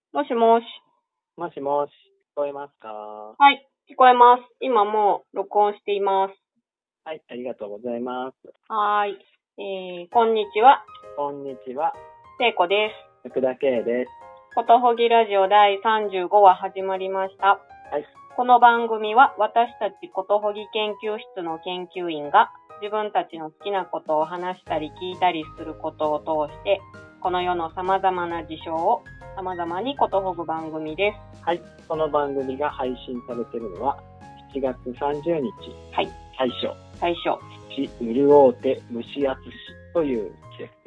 もしもし。 もしもし、聞こえますか？ はい、聞こえます。今もう録音しています。 はい、ありがとうございます。 はーい。こんにちは。 こんにちは。 聖子です。 福田圭です。 ことほぎラジオ第35話始まりました。 はい。 この番組は私たちことほぎ研究室の研究員が自分たちの好きなことを話したり聞いたりすることを通してこの世の様々な事象を様々にことほぐ番組です。 はい、この番組が配信されているのは7月30日。 はい。 最初。土潤うて蒸し暑しという季節です。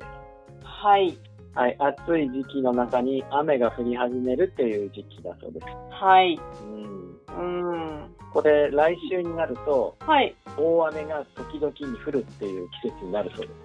はい。 はい、暑い時期の中に雨が降り始めるっていう時期だそうです。 はい。 これ来週になると、 はい。 大雨が時々に降るっていう季節になるそうです。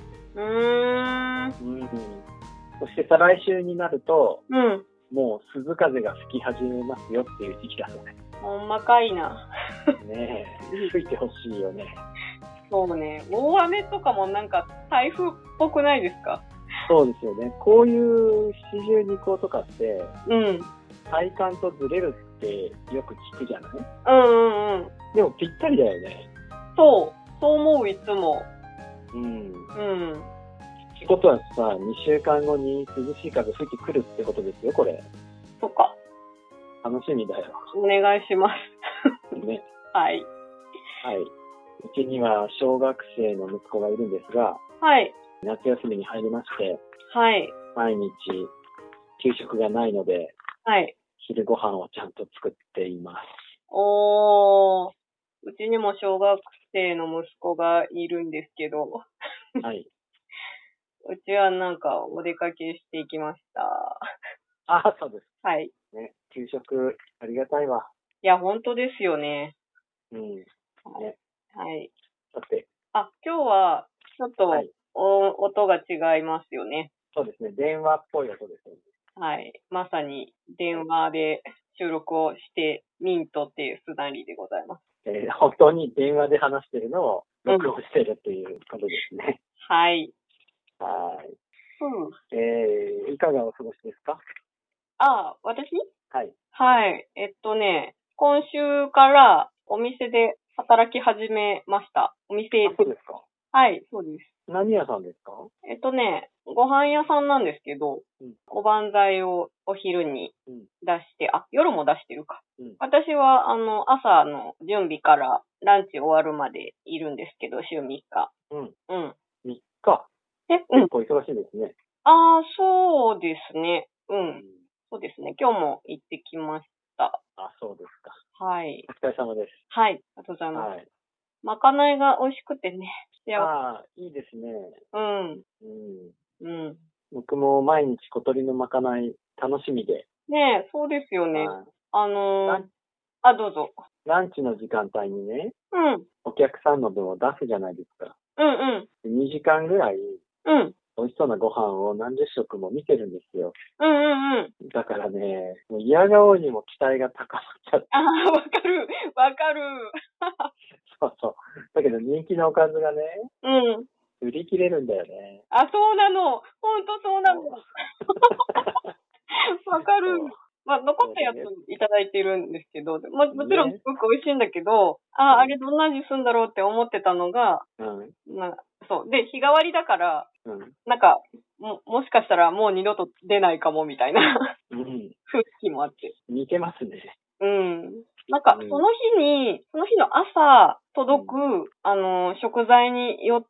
そして再来週になると、もう鈴風が吹き始めますよっていう時期だそうです。 ほんまかいな。 ねえ、吹いてほしいよね。 そうね、大雨とかもなんか台風っぽくないですか？ そうですよね。こういう四十二候とかって、体感とずれるってよく聞くじゃない？でもぴったりだよね。 そう思う、いつも。 ってことはさ、2週間後に涼しい風吹いてくるってことですよ、これ。 そっか。 楽しみだよ。 お願いします。 ね。 はい。 はい。うちには小学生の息子がいるんですが、 はい。 夏休みに入りまして、 はい。 毎日給食がないので、 はい。 昼ご飯をちゃんと作っています。 うちにも小学生の息子がいるんですけど、 はい。 うちはなんかお出かけしていきました。 あ、そうです。 はい。 ね、給食ありがたいわ。 いや、本当ですよね。 ね。 はい。 さて。 今日はちょっと、音が違いますよね。 そうですね。電話っぽい音ですよね。 はい。まさに電話で収録をしてミントっていうスナリーでございます。 本当に電話で話してるのを録音してるっていうことですね。 はい。 はい。いかがお過ごしですか？ 私？ はい。 はい。今週からお店で働き始めました。お店。 そうですか？ はい、そうです。 何屋さんですか？ ご飯屋さんなんですけど、おばんざいをお昼に出して、夜も出してるか。私は、朝の準備からランチ終わるまでいるんですけど、週3日。 3日？結構忙しいですね。 そうですね。そうですね。今日も行ってきました。 そうですか。 はい。 お疲れ様です。 はい、ありがとうございます。はい。まかないが美味しくてね。 いいですね。 うん。 僕も毎日小鳥のまかない楽しみで。 ねえ、そうですよね。どうぞ。 ランチの時間帯にね、お客さんの分を出すじゃないですか。2時間ぐらい、美味しそうなご飯を何十食も見てるんですよ。だからね、もう嫌顔にも期待が高まっちゃって。 わかる。 そう。だけど人気のおかずがね、売り切れるんだよね。 そうなの。ほんとそうなの。わかる。残ったやついただいてるんですけど、もちろんすごく美味しいんだけど、あれどんな味するんだろうって思ってたのが、そう。で、日替わりだから、なんか、もしかしたらもう二度と出ないかもみたいな雰囲気もあって。 似てますね。 なんか、その日の朝届く、食材によって、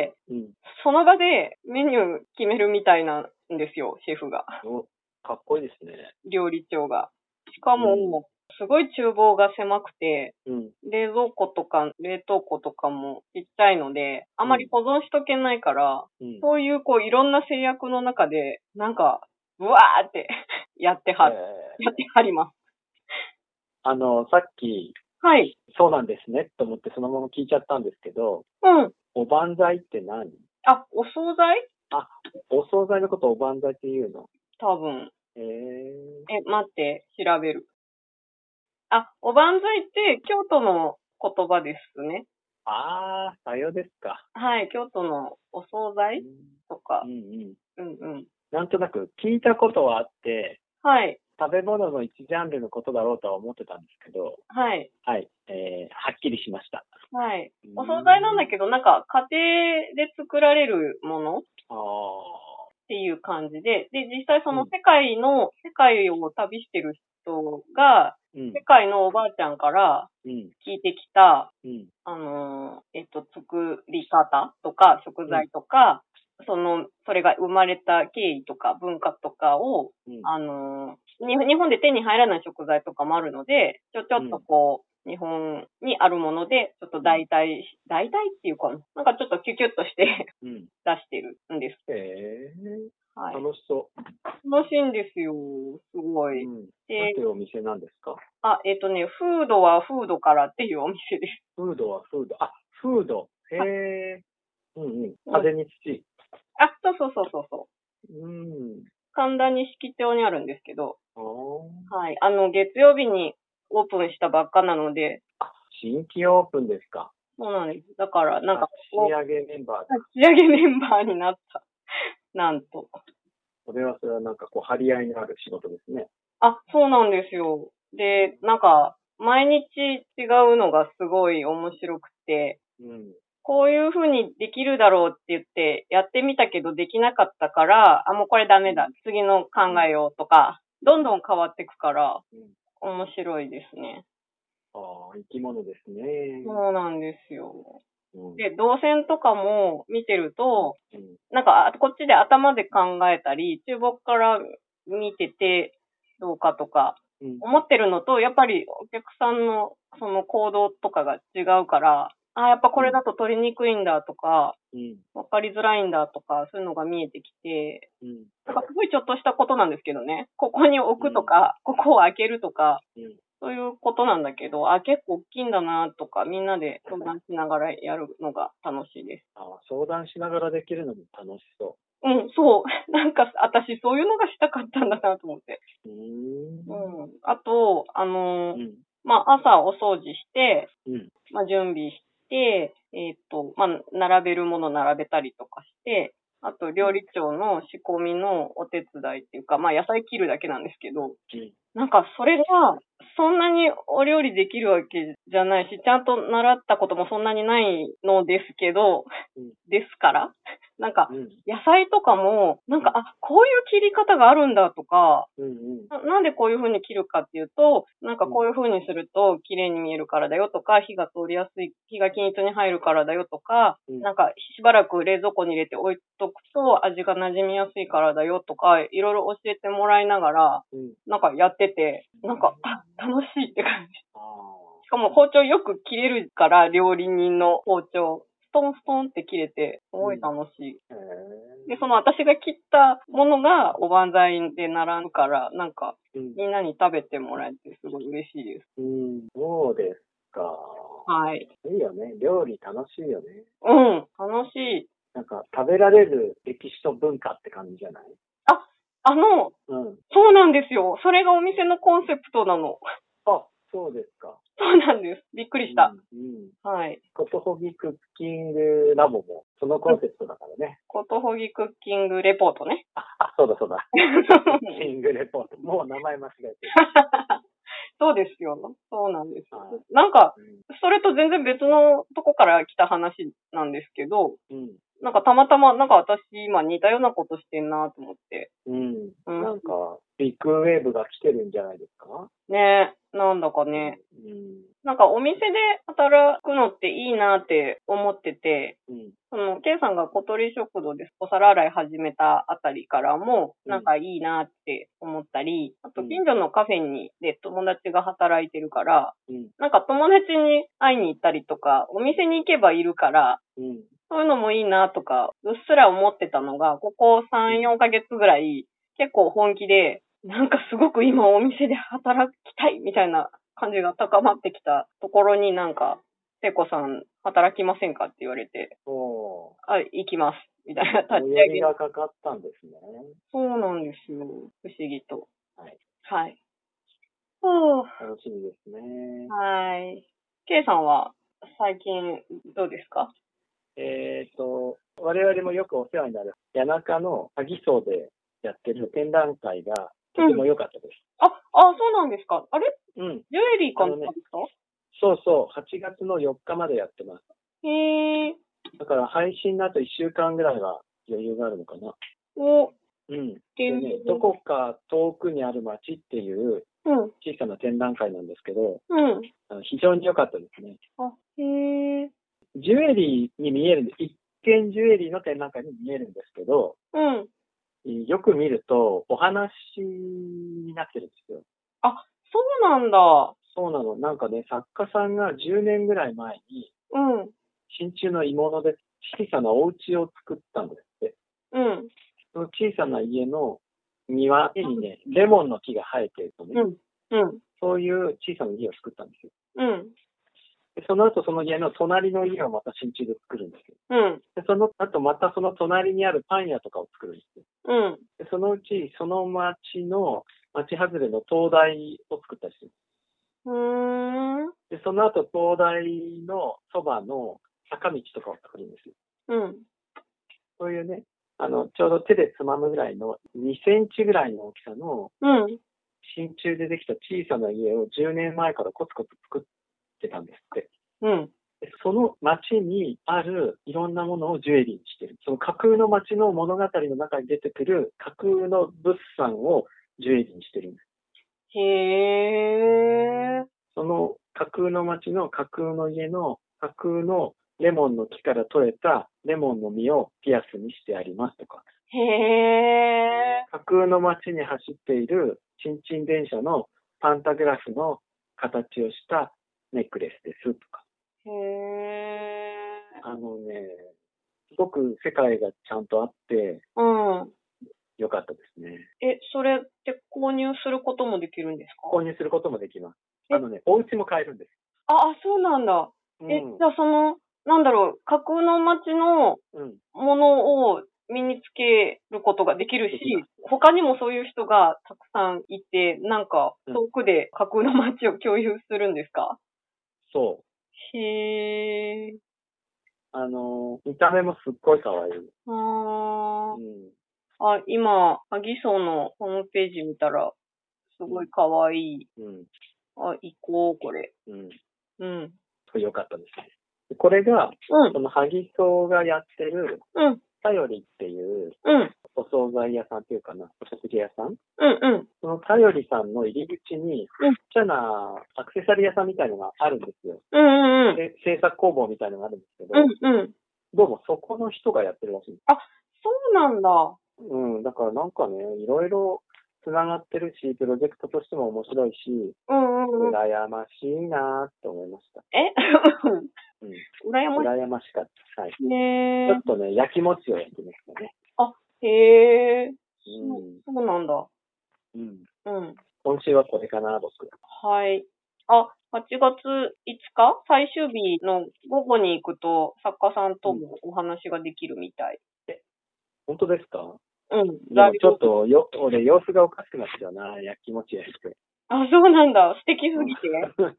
その場でメニュー決めるみたいなんですよ、シェフが。 かっこいいですね。 料理長が。しかも、すごい厨房が狭くて、冷蔵庫とか冷凍庫とかもちっちゃいので、あまり保存しとけないから、そういういろんな制約の中で、なんか、ブワーってやってはります。 さっき、 はい。 そうなんですね、と思ってそのまま聞いちゃったんですけど、おばんざいって何？ お惣菜？ お惣菜のことをおばんざいって言うの？ 多分。待って、調べる。おばんざいって京都の言葉ですね。 さようですか。 はい、京都のお惣菜とか。 なんとなく聞いたことはあって、 はい。 食べ物の一ジャンルのことだろうとは思ってたんですけど、 はい。 はい。はっきりしました。 はい。お惣菜なんだけど、なんか家庭で作られるものっていう感じで、で、実際その世界を旅してる人が、世界のおばあちゃんから聞いてきた、作り方とか食材とか、それが生まれた経緯とか文化とかを、日本で手に入らない食材とかもあるので、ちょっとこう、日本にあるもので、ちょっと代替っていうか、なんかちょっとキュキュッとして出してるんです。 はい、楽しそう。 楽しいんですよ。すごい。 なんていうお店なんですか？ フードはフードからっていうお店です。 フードはフード。あ、フード。へえ。風に土。 そう。神田錦町にあるんですけど、はい。月曜日にオープンしたばっかなので。 新規オープンですか？ そうなんです。だから、なんか、 仕上げメンバー。 仕上げメンバーになった。なんと。 それはなんかこう、張り合いのある仕事ですね。 そうなんですよ。で、なんか、毎日違うのがすごい面白くて、こういう風にできるだろうって言ってやってみたけどできなかったから、もうこれダメだ。次の考えようとか、どんどん変わっていくから、面白いですね。 生き物ですね。 そうなんですよ。で、動線とかも見てると、なんかこっちで頭で考えたり、中国から見ててどうかとか、思ってるのと、やっぱりお客さんのその行動とかが違うから、やっぱこれだと取りにくいんだとか、わかりづらいんだとか、そういうのが見えてきて、なんかすごいちょっとしたことなんですけどね、ここに置くとか、ここを開けるとか、そういうことなんだけど、結構大きいんだなとか、みんなで相談しながらやるのが楽しいです。 相談しながらできるのも楽しそう。 そう。なんか、私そういうのがしたかったんだなと思って。あと、朝お掃除して、準備して、並べるもの並べたりとかして、あと、料理長の仕込みのお手伝いっていうか、野菜切るだけなんですけど、なんか、それが、そんなにお料理できるわけじゃないし、ちゃんと習ったこともそんなにないのですけど、ですから、なんか、野菜とかも、なんか、こういう切り方があるんだとか、なんでこういう風に切るかっていうと、なんかこういう風にすると綺麗に見えるからだよとか、火が通りやすい、火が均一に入るからだよとか、なんかしばらく冷蔵庫に入れて置いとくと味が馴染みやすいからだよとか、いろいろ教えてもらいながら、なんかやってて、なんか、楽しいって感じ。しかも包丁よく切れるから、料理人の包丁。ストンストンって切れて、すごい楽しい。で、その私が切ったものがおばんざいで並ぶから、なんか、みんなに食べてもらえてすごい嬉しいです。 そうですか。 はい。 いいよね。料理楽しいよね。 楽しい。 なんか、食べられる歴史と文化って感じじゃない？ そうなんですよ。それがお店のコンセプトなの。 そうですか。 そうなんです。びっくりした。はい。 ことほぎクッキングラボも、そのコンセプトだからね。 ことほぎクッキングレポートね。 そうだ。クッキングレポート。もう名前間違えてる。 そうですよ。そうなんです。なんか、それと全然別のとこから来た話なんですけど、なんかたまたま、なんか私今似たようなことしてんなと思って。 なんか、ビッグウェーブが来てるんじゃないですか？ ね、なんだかね。なんかお店で働くのっていいなって思ってて、K さんが小鳥食堂でお皿洗い始めたあたりからも、なんかいいなって思ったり、あと近所のカフェで友達が働いてるから、なんか友達に会いに行ったりとか、お店に行けばいるから、そういうのもいいなとか、うっすら思ってたのが、ここ3、4ヶ月ぐらい、結構本気で、なんかすごく今お店で働きたいみたいな感じが高まってきたところになんか、聖子さん働きませんかって言われて、行きます。みたいな立ち上げがかかったんですね。 そうなんですよ。不思議と。はい。 楽しみですね。 はい。K さんは最近どうですか？ 我々もよくお世話になる谷中の萩荘でやってる展覧会がとても良かったです。 あ、そうなんですか。あれうん。 ジュエリーかなんかですか？ そうそう、8月の4日までやってます。 へえ。 だから配信だと1週間ぐらいは余裕があるのかな。 お、 うん。でね、どこか遠くにある町っていう小さな展覧会なんですけど、非常に良かったですね。 あ、へえ。 ジュエリーに見えるんで、一見ジュエリーの展覧会に見えるんですけど、よく見るとお話になってるんですよ。 あ、そうなんだ。 そうなの。なんかね、作家さんが10年ぐらい前に、真鍮の鋳物で小さなお家を作ったんですって。その小さな家の庭にね、レモンの木が生えてるとね、そういう小さな家を作ったんですよ。でその後その家の隣の家をまた真鍮で作るんですよ。でその後またその隣にあるパン屋とかを作るんですよ。でそのうちその町外れの灯台を作ったりする。でその後灯台のそばの坂道とかを作るんですよ。そういうね、ちょうど手でつまむぐらいの2センチぐらいの大きさの、真鍮でできた小さな家を10年前からコツコツ作ってたんですって。でその町にあるいろんなものをジュエリーにしてる。その架空の町の物語の中に出てくる架空の物産をジュエリーにしてるんです。 へー。 その架空の町の架空の家の架空のレモンの木から取れたレモンの実をピアスにしてありますとか。 へー。 架空の街に走っているチンチン電車のパンタグラフの形をしたネックレスですとか。 へー。 すごく世界がちゃんとあって、よかったですね。 それって購入することもできるんですか？ 購入することもできます。お家も買えるんです。 あ、そうなんだ。じゃあ架空の街のものを身につけることができるし、他にもそういう人がたくさんいて、なんか遠くで架空の街を共有するんですか？ そう。 へー。 見た目もすっごい可愛い。 今、アギソのホームページ見たら、すごい可愛い。行こう、これ。 よかったですね。これが、そのハギソがやってる、頼りっていう、お惣菜屋さんっていうかな、お食事屋さん。その頼りさんの入り口に、ちっちゃなアクセサリー屋さんみたいのがあるんですよ。で制作工房みたいのがあるんですけど、どうもそこの人がやってるらしいんです。 あ、そうなんだ。 だからなんかね、いろいろつながってるし、プロジェクトとしても面白いし、羨ましいなって思いました。羨ましかった。はい。ちょっとね、焼き餅を焼きましたね。 あ、へー。そうなんだ。 今週はこれかな、僕。 はい。8月5日最終日の午後に行くと、作家さんともお話ができるみたい。 本当ですか？でもちょっと俺様子がおかしくなっちゃうな、焼き餅焼いて。 あ、そうなんだ。素敵すぎて。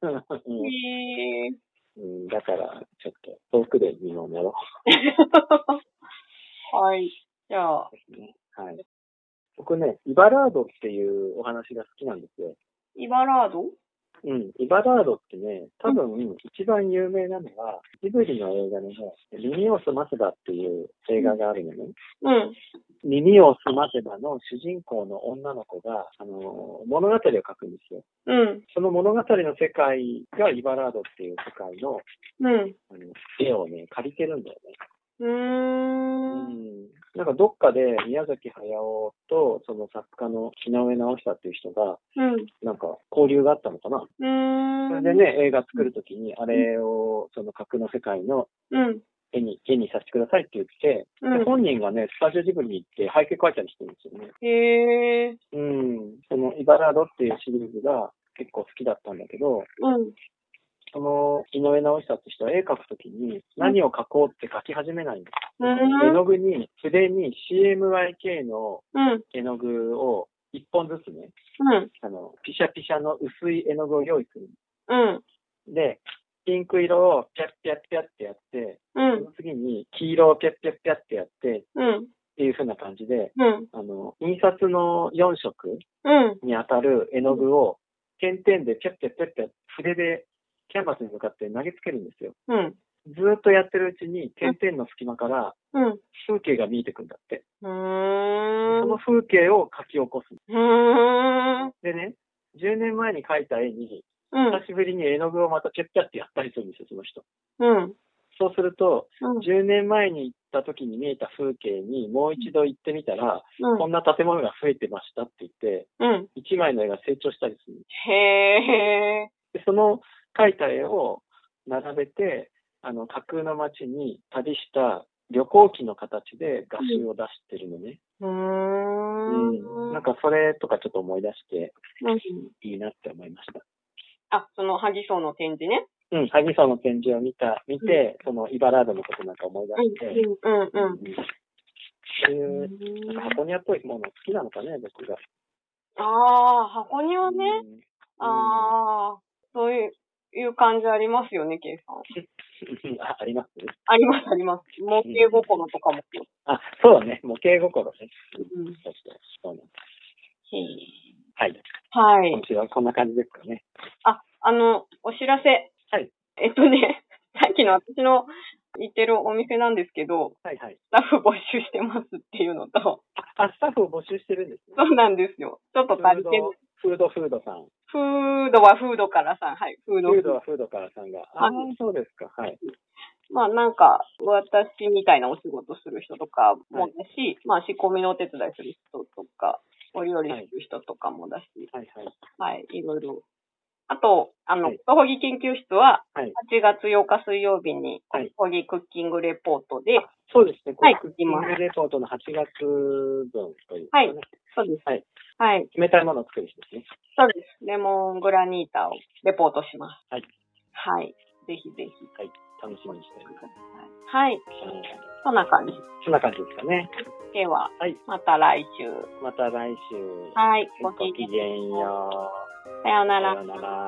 だから、ちょっと遠くで見守ろう。はい。じゃあ。 はい。僕ね、イバラードっていうお話が好きなんですよ。 イバラード？ イバラードってね、多分一番有名なのは、ジブリの映画でね、耳をすませばっていう映画があるのね。耳をすませばの主人公の女の子が、物語を書くんですよ。その物語の世界がイバラードっていう世界の、絵をね、借りてるんだよね。なんかどっかで宮崎駿とその作家の井上直久っていう人が、なんか交流があったのかな。それでね、映画作るときにあれをその架空の世界の絵にさせてくださいって言って、で本人がね、スタジオジブリに行って背景描いたりしてるんですよね。そのイバラードっていうシリーズが結構好きだったんだけど、その井上直久って人は絵描くときに何を描こうって描き始めないんです。絵の具に、筆に CMYK の絵の具を1本ずつね、ピシャピシャの薄い絵の具を用意する。で、ピンク色をピャッピャッピャッってやって、その次に黄色をピャッピャッピャッってやって、 っていう風な感じで、印刷の4色に当たる絵の具を点々でピャッピャッピャッピャッ筆でキャンバスに向かって投げつけるんですよ。ずーっとやってるうちに点々の隙間から風景が見えてくるんだって。その風景を描き起こす。でね、10年前に描いた絵に、久しぶりに絵の具をまたピャッピャッってやったりするんですよ、その人。そうすると、10年前に行った時に見えた風景にもう一度行ってみたら、こんな建物が増えてましたって言って、1枚の絵が成長したりする。でその描いた絵を並べて、架空の街に旅した旅行記の形で画集を出してるのね。なんかそれとかちょっと思い出して、いいなって思いました。 あ、その萩荘の展示ね。 萩荘の展示を見て、そのイバラードのことなんか思い出して、なんか箱庭っぽいもの好きなのかね、僕が。 箱庭ね。そういう感じありますよね、ケイさん。 ありますあります、あります。模型心とかも。 そうね、模型心ね。そうなんです。はい。今週はこんな感じですかね。 お知らせ。 はい。 さっきの私の行ってるお店なんですけど、スタッフ募集してますっていうのと。 スタッフを募集してるんですね。 そうなんですよ。ちょっと足りてる。 フードさん。 フードはフードからさん。はい。 フードはフードからさんが。そうですか。はい。 なんか、私みたいなお仕事する人とかもだし、仕込みのお手伝いする人とか、お料理する人とかもだし、いろいろ。あと、トホギ研究室は、8月8日水曜日に、トホギクッキングレポートで、 そうですね。クッキングレポートの8月分という。 そうです。 冷たいものを作る人ですね。 そうです。レモングラニータをレポートします。ぜひぜひ。 楽しみにしてください。そんな感じ。 そんな感じですかね。 では、また来週。 また来週。 はい。 ごきげんよう。 さようなら。 さようなら。